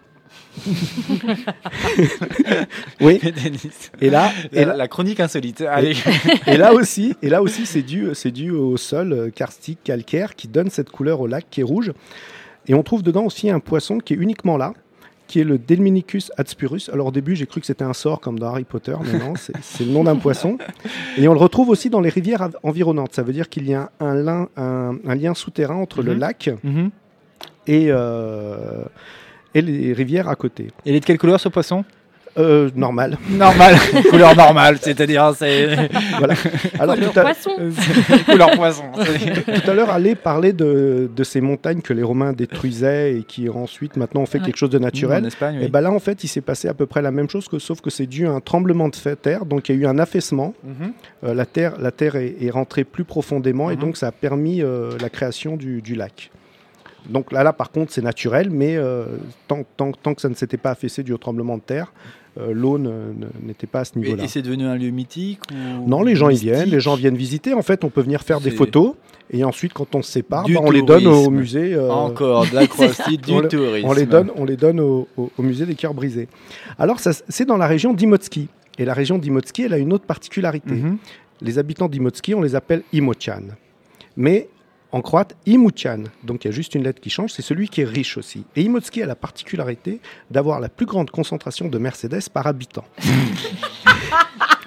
Oui. Et là, la chronique insolite. Allez. et là aussi, c'est dû au sol karstique, calcaire, qui donne cette couleur au lac qui est rouge. Et on trouve dedans aussi un poisson qui est uniquement là, qui est le Delminicus adspurus. Alors au début, j'ai cru que c'était un sort comme dans Harry Potter, mais non, c'est le nom d'un poisson. Et on le retrouve aussi dans les rivières environnantes. Ça veut dire qu'il y a un lien souterrain entre le lac et les rivières à côté. Il est de quelle couleur ce poisson? Normal. Normal. Couleur normale, c'est-à-dire c'est Voilà. Alors Le tout à, poisson. couleur poisson. tout à l'heure, allez parler de ces montagnes que les Romains détruisaient et qui ensuite maintenant ont fait quelque chose de naturel. En Espagne, oui. Et ben là, en fait, il s'est passé à peu près la même chose, sauf que c'est dû à un tremblement de terre. Donc il y a eu un affaissement. La terre est rentrée plus profondément et donc ça a permis la création du lac. Donc là, par contre, c'est naturel, mais tant que ça ne s'était pas affaissé dû au tremblement de terre, l'eau n'était pas à ce niveau-là. Et c'est devenu un lieu mythique ou Non, les gens y mystique? viennent, les gens viennent visiter. En fait, on peut venir faire des C'est- photos et ensuite, quand on se sépare, Du on les donne au tourisme. musée. Encore de la Croatie, du tourisme. On les donne au musée des cœurs brisés. Alors, c'est dans la région d'Imotski. Et la région d'Imotski, elle a une autre particularité. Les habitants d'Imotski, on les appelle Imoćan. Mais en croate, Imućan, donc il y a juste une lettre qui change, c'est celui qui est riche aussi. Et Imotski a la particularité d'avoir la plus grande concentration de Mercedes par habitant.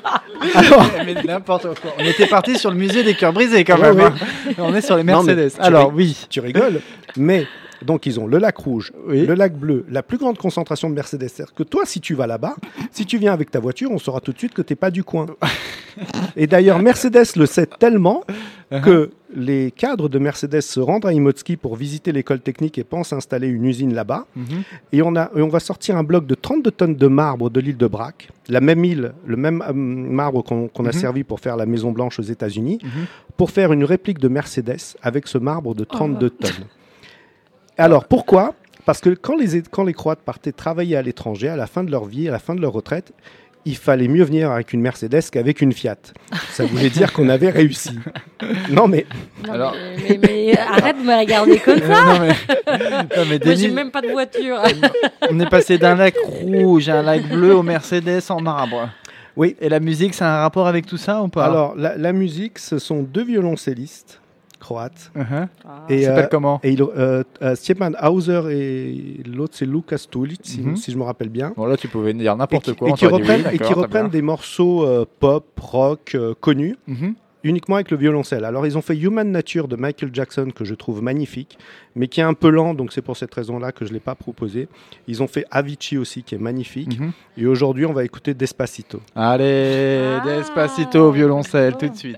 Alors, Mais n'importe quoi. On était parti sur le musée des cœurs brisés quand Ouais, même. ouais. Hein. On est sur les Non, mais Mercedes. tu Alors rig- oui. tu rigoles, mais donc ils ont le lac rouge, Oui. le lac bleu, la plus grande concentration de Mercedes. C'est-à-dire que toi, si tu vas là-bas, si tu viens avec ta voiture, on saura tout de suite que tu n'es pas du coin. Et d'ailleurs, Mercedes le sait tellement que les cadres de Mercedes se rendent à Imotski pour visiter l'école technique et pensent installer une usine là-bas. Et on va sortir un bloc de 32 tonnes de marbre de l'île de Brac, la même île, le même marbre qu'on a servi pour faire la Maison Blanche aux États-Unis, pour faire une réplique de Mercedes avec ce marbre de 32 tonnes. Alors pourquoi ? Parce que quand les Croates partaient travailler à l'étranger, à la fin de leur vie, à la fin de leur retraite, il fallait mieux venir avec une Mercedes qu'avec une Fiat. Ça voulait dire qu'on avait réussi. Non mais Non, Alors- mais arrête de me regarder comme ça. non, mais Moi, Denis, j'ai même pas de voiture. on est passé d'un lac rouge à un lac bleu au Mercedes en marbre. oui. Et la musique, ça a un rapport avec tout ça ou pas? Alors la musique, ce sont deux violoncellistes croates. Uh-huh. Et, Il s'appelle comment? Et Stjepan Hauser et l'autre c'est Lukas Tulic, si je me rappelle bien. Bon, là, tu pouvais dire n'importe quoi. Et on qui t'aurait dit oui, reprennent, d'accord, très bien. des morceaux pop, rock connus, Mhm. uniquement avec le violoncelle. Alors ils ont fait Human Nature de Michael Jackson, que je trouve magnifique, mais qui est un peu lent, donc c'est pour cette raison-là que je ne l'ai pas proposé. Ils ont fait Avicii aussi, qui est magnifique. Mhm. Et aujourd'hui, on va écouter Despacito. Allez, Despacito au violoncelle, tout de suite.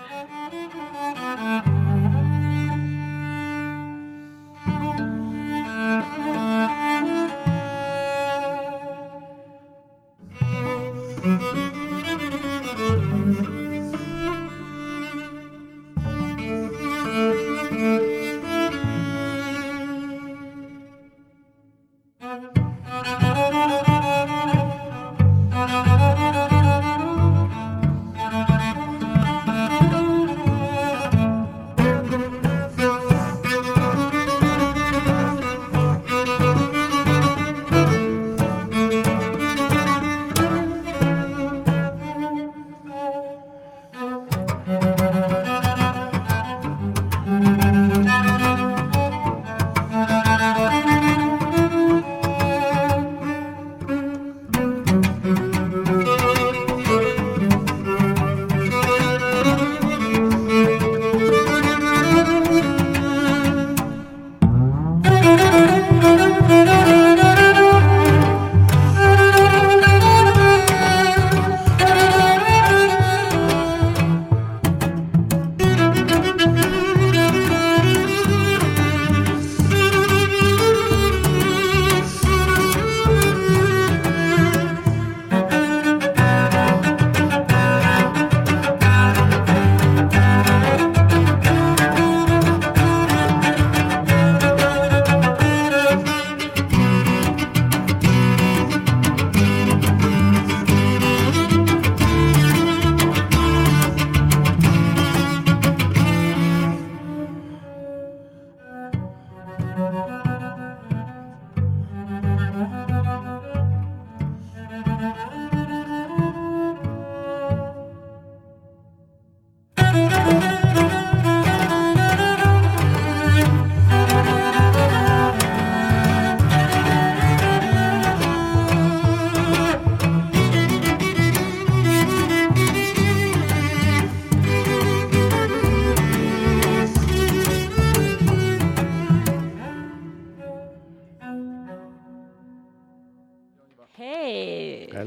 Hey. Allô ?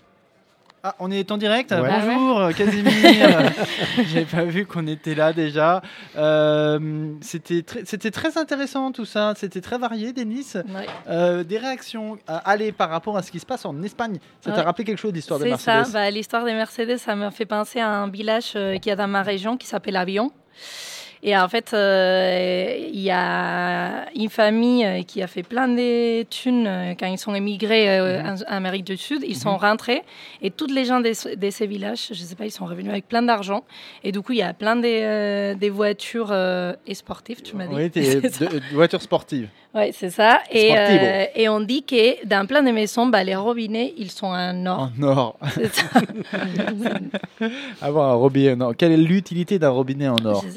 Ah, on est en direct. Ouais. Bonjour, Casimir. J'avais pas vu qu'on était là déjà. C'était très intéressant tout ça. C'était très varié, Denis. Ouais. Des réactions par rapport à ce qui se passe en Espagne. Ça t'a Ouais. rappelé quelque chose d'histoire de C'est Mercedes? ça, l'histoire des Mercedes, ça me fait penser à un village qui est dans ma région qui s'appelle Avion. Et en fait, il y a une famille qui a fait plein de thunes quand ils sont émigrés en Amérique du Sud. Ils sont rentrés et toutes les gens de ces villages, je ne sais pas, ils sont revenus avec plein d'argent. Et du coup, il y a plein des voitures et sportives, tu m'as dit. Oui, C'est ça. de voitures sportives. Oui, c'est ça. Sportivo. Et on dit que dans plein de maisons, les robinets, ils sont en or. En or. C'est ça. Avoir un robinet en or. Quelle est l'utilité d'un robinet en or? Je sais-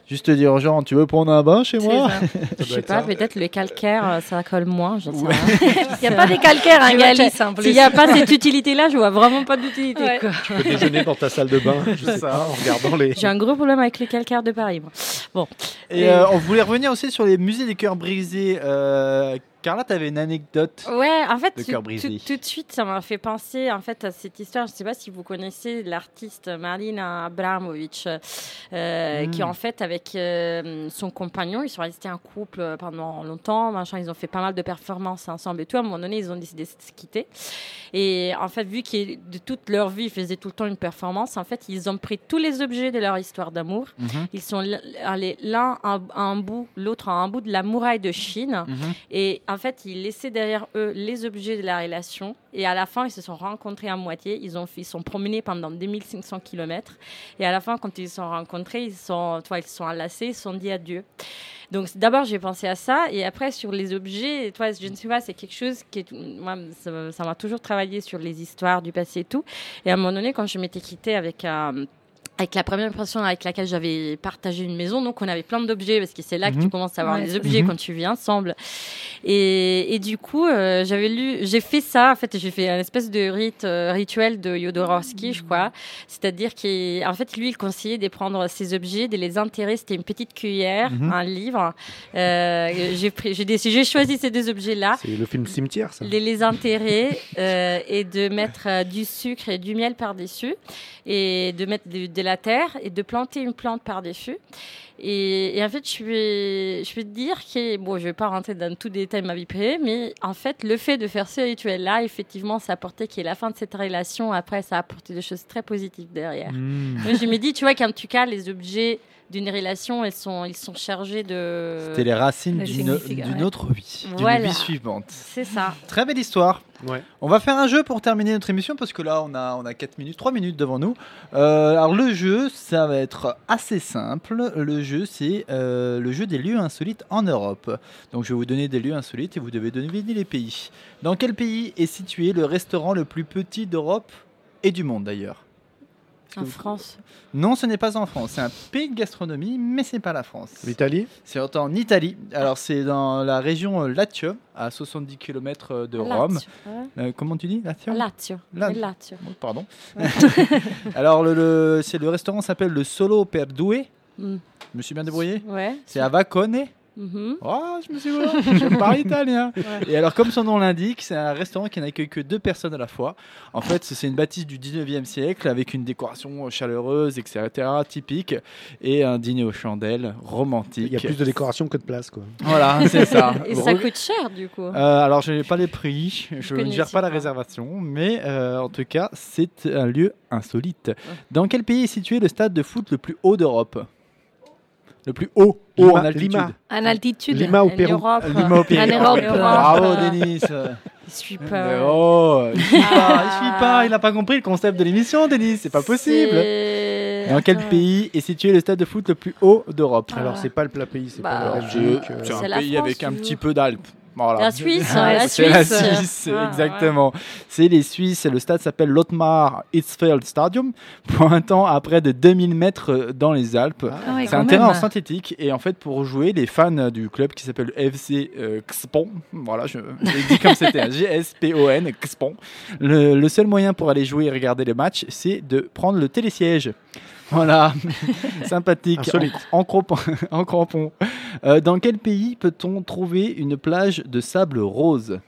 Juste dire aux gens, tu veux prendre un bain chez moi? Je sais pas, peut-être le calcaire, ça colle moins. Je sais Ouais. pas. Il n'y a pas des calcaires, hein, Galice, en plus. S'il n'y a pas cette utilité-là, je vois vraiment pas d'utilité. Ouais. quoi. Tu peux déjeuner dans ta salle de bain, je sais pas, en regardant les. J'ai un gros problème avec le calcaire de Paris. Moi. Bon. Et on voulait revenir aussi sur les musées des cœurs brisés. Carla, tu avais une anecdote. Ouais, en fait, Le cœur brisé. tout de suite, ça m'a fait penser en fait à cette histoire. Je ne sais pas si vous connaissez l'artiste Marina Abramovic, qui en fait avec son compagnon, ils sont restés un couple pendant longtemps. Machin, ils ont fait pas mal de performances ensemble et tout. À un moment donné, ils ont décidé de se quitter. Et en fait, vu que de toute leur vie, ils faisaient tout le temps une performance, en fait, ils ont pris tous les objets de leur histoire d'amour. Ils sont allés l'un à un bout, l'autre à un bout de la muraille de Chine. Et en fait, ils laissaient derrière eux les objets de la relation. Et à la fin, ils se sont rencontrés à moitié. Ils sont promenés pendant 2500 km. Et à la fin, quand ils se sont rencontrés, ils se sont enlacés, ils se sont dit adieu. Donc d'abord, j'ai pensé à ça. Et après, sur les objets, je ne sais pas, c'est quelque chose qui moi, ça m'a toujours travaillé sur les histoires du passé et tout. Et à un moment donné, quand je m'étais quittée avec la première personne avec laquelle j'avais partagé une maison, donc on avait plein d'objets parce que c'est là que tu commences à avoir les objets quand tu vis ensemble. Et du coup, j'ai fait ça. En fait, j'ai fait une espèce de rituel de Jodorowsky, je crois. C'est-à-dire qu'en fait, lui, il conseillait de prendre ces objets, de les enterrer. C'était une petite cuillère, un livre. J'ai choisi ces deux objets-là. C'est le film Cimetière, ça. De les enterrer et de mettre du sucre et du miel par-dessus et de mettre de la terre et de planter une plante par-dessus. Et en fait, je vais te dire que, bon, je ne vais pas rentrer dans tous les détails de ma vie privée, mais en fait, le fait de faire ce rituel-là, effectivement, ça a apporté qu'il y ait la fin de cette relation. Après, ça a apporté des choses très positives derrière. Donc, je me dis, tu vois, qu'en tout cas, les objets d'une relation, ils sont chargés de... C'était les racines Le d'une significat, autre vie, d'une Voilà. vie suivante. C'est ça. Très belle histoire. Ouais. On va faire un jeu pour terminer notre émission parce que là on a 3 minutes devant nous. Alors le jeu, ça va être assez simple. Le jeu, c'est le jeu des lieux insolites en Europe. Donc je vais vous donner des lieux insolites et vous devez deviner les pays. Dans quel pays est situé le restaurant le plus petit d'Europe et du monde d'ailleurs? En France. Non, ce n'est pas en France. C'est un pays de gastronomie, mais c'est pas la France. L'Italie? C'est en Italie. Alors c'est dans la région Lazio, à 70 km de Rome. Lazio, ouais. Comment tu dis Lazio? Lazio. La- Lazio. Oh, pardon. Alors le restaurant s'appelle le Solo per Due. Mm. Je me suis bien débrouillé. Ouais. C'est à Vacone. Mhm. Oh, je me suis je parle italien. Et alors, comme son nom l'indique, c'est un restaurant qui n'accueille que 2 personnes à la fois. En fait, c'est une bâtisse du 19e siècle avec une décoration chaleureuse, etc., typique, et un dîner aux chandelles romantique. Il y a plus de décoration que de place, quoi. Voilà, c'est ça. Et ça coûte cher, du coup. Alors, je n'ai pas les prix, je ne connaissais gère pas la pas. réservation, mais en tout cas, c'est un lieu insolite. Dans quel pays est situé le stade de foot le plus haut d'Europe? Le plus haut, Lima, en altitude. Lima. En altitude. Lima au En Pérou. Europe. Lima au Pérou. En Europe. Bravo, Denis. Je suis pas. Oh, il suit pas, il n'a pas compris le concept de l'émission, Denis, c'est pas possible. Dans quel pays est situé le stade de foot le plus haut d'Europe? Alors, c'est pas le plat pays, c'est Bah, pas la Belgique. C'est un C'est la pays France, avec un toujours. petit peu d'Alpes. Voilà. La Suisse, Ouais, la C'est la Suisse. Suisse, Ah, exactement. C'est les Suisses. Le stade s'appelle l'Otmar Hitzfeld Stadium, pointant à près de 2000 mètres dans les Alpes. Ah ouais, C'est un quand terrain même. en synthétique et en fait pour jouer, les fans du club qui s'appelle FC Xpon, voilà, je l'ai dit comme c'était, un GSPON, Xpon. Le seul moyen pour aller jouer et regarder les matchs, c'est de prendre le télésiège. Voilà, sympathique. Insolite. En crampon. Dans quel pays peut-on trouver une plage de sable rose?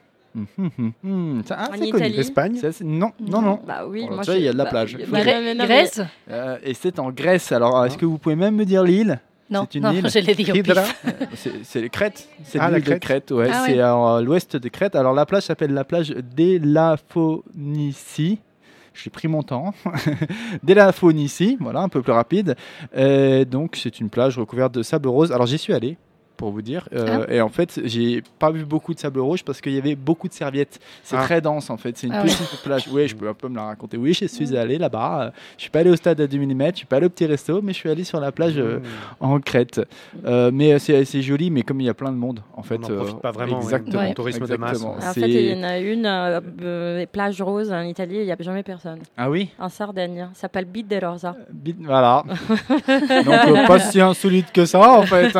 Ça, En c'est Italie. connu. Espagne? Non. Bah oui, Alors, moi tu vois, il y a de la plage. bah, non, mais- Grèce? Et c'est en Grèce. Alors, est-ce que vous pouvez même me dire l'île? Non, C'est une non, île. je l'ai dit au Hydra. pif. C'est les Crètes. C'est Ah, la l'île de Crète. Crète, ouais. Ah, C'est ouais. à l'ouest de Crète. Alors la plage s'appelle la plage d'Elaphonicie. J'ai pris mon temps. d'Elaphonicie, voilà, un peu plus rapide. Donc c'est une plage recouverte de sable rose. Alors j'y suis allé pour vous dire. Et en fait, j'ai pas vu beaucoup de sable rouge parce qu'il y avait beaucoup de serviettes. C'est très dense en fait. C'est une petite plage. Oui, je peux un peu me la raconter. Oui, je suis allé là-bas. Je suis pas allé au stade à 2 mm, je suis pas allé au petit resto, mais je suis allé sur la plage en Crète. Mais c'est joli, mais comme il y a plein de monde, en fait. On n'en profite pas vraiment. Exactement. Le tourisme de masse. En fait, il y en a une plage rose en Italie, il n'y a jamais personne. Ah oui. En Sardaigne, ça s'appelle Bit de Rosa. Voilà. Donc pas si insolite que ça en fait.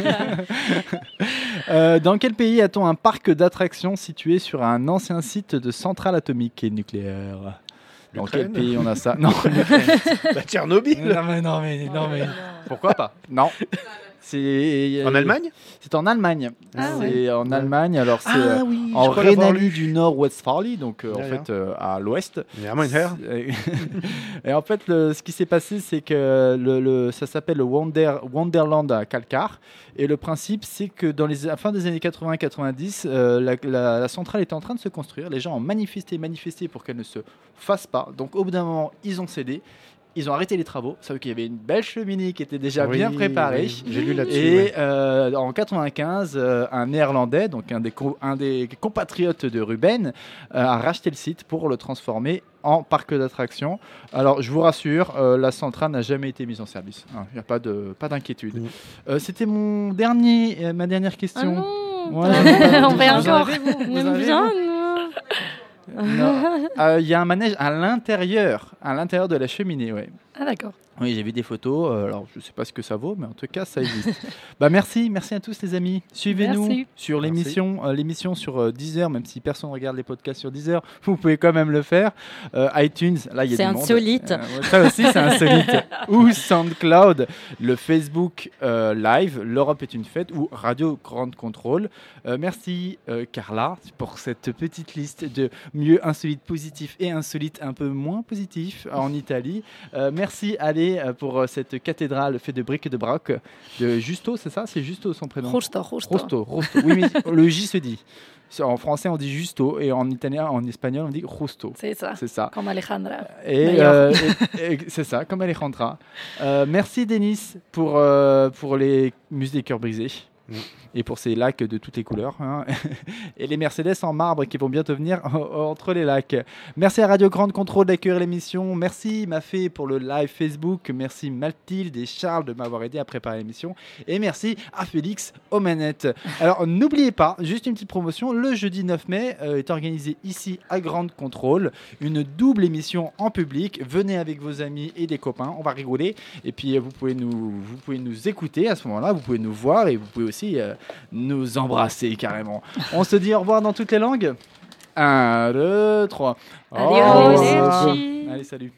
Dans quel pays a-t-on un parc d'attractions situé sur un ancien site de centrale atomique et nucléaire? Dans quel pays on a ça? Non. Tchernobyl. Non mais. Pourquoi pas? Non. C'est en Allemagne? C'est en Allemagne. En Allemagne. Alors c'est oui, en Rhénanie du Nord-Westphalie, donc en fait à l'ouest. Et en fait, ce qui s'est passé, c'est que ça s'appelle le Wonderland à Kalkar. Et le principe, c'est que dans la fin des années 80-90, la centrale était en train de se construire. Les gens ont manifesté pour qu'elle ne se fasse pas. Donc au bout d'un moment, ils ont cédé. Ils ont arrêté les travaux, sauf qu'il y avait une belle cheminée qui était déjà bien préparée. Oui, j'ai lu là-dessus. Et en 95, un Néerlandais, donc un des compatriotes de Ruben, a racheté le site pour le transformer en parc d'attractions. Alors, je vous rassure, la centrale n'a jamais été mise en service. Il n'y a pas d'inquiétude. C'était ma dernière question. Ah non, on fait encore. Il y a un manège à l'intérieur de la cheminée, ouais. Ah d'accord. Oui, j'ai vu des photos. Alors, je ne sais pas ce que ça vaut, mais en tout cas, ça existe. Merci à tous les amis. Suivez-nous sur l'émission sur Deezer, même si personne ne regarde les podcasts sur Deezer, vous pouvez quand même le faire. iTunes, là, il y a du monde. C'est insolite. Ça aussi, c'est insolite. Ou SoundCloud, le Facebook Live, l'Europe est une fête, ou Radio Grande Contrôle. Merci Carla pour cette petite liste de mieux insolites positifs et insolites un peu moins positifs en Italie. Merci Ale pour cette cathédrale faite de briques et de broc de Justo, c'est ça? C'est Justo son prénom? Justo. Oui, mais le J se dit. En français, on dit Justo et en italien, en espagnol, on dit Justo. C'est ça. Comme Alejandra. Et c'est ça, comme Alejandra. Merci Denis pour les musées des cœurs brisés. Et pour ces lacs de toutes les couleurs, hein. Et les Mercedes en marbre qui vont bientôt venir entre les lacs. Merci à Radio Grande Contrôle d'accueillir l'émission. Merci Mafé pour le live Facebook. Merci Mathilde et Charles de m'avoir aidé à préparer l'émission. Et merci à Félix aux manettes. Alors n'oubliez pas, juste une petite promotion, le jeudi 9 mai est organisé ici à Grande Contrôle une double émission en public. Venez avec vos amis et des copains, on va rigoler. Et puis vous pouvez nous écouter à ce moment-là, vous pouvez nous voir et vous pouvez aussi nous embrasser carrément. On se dit au revoir dans toutes les langues. 1, 2, 3. Allez, salut.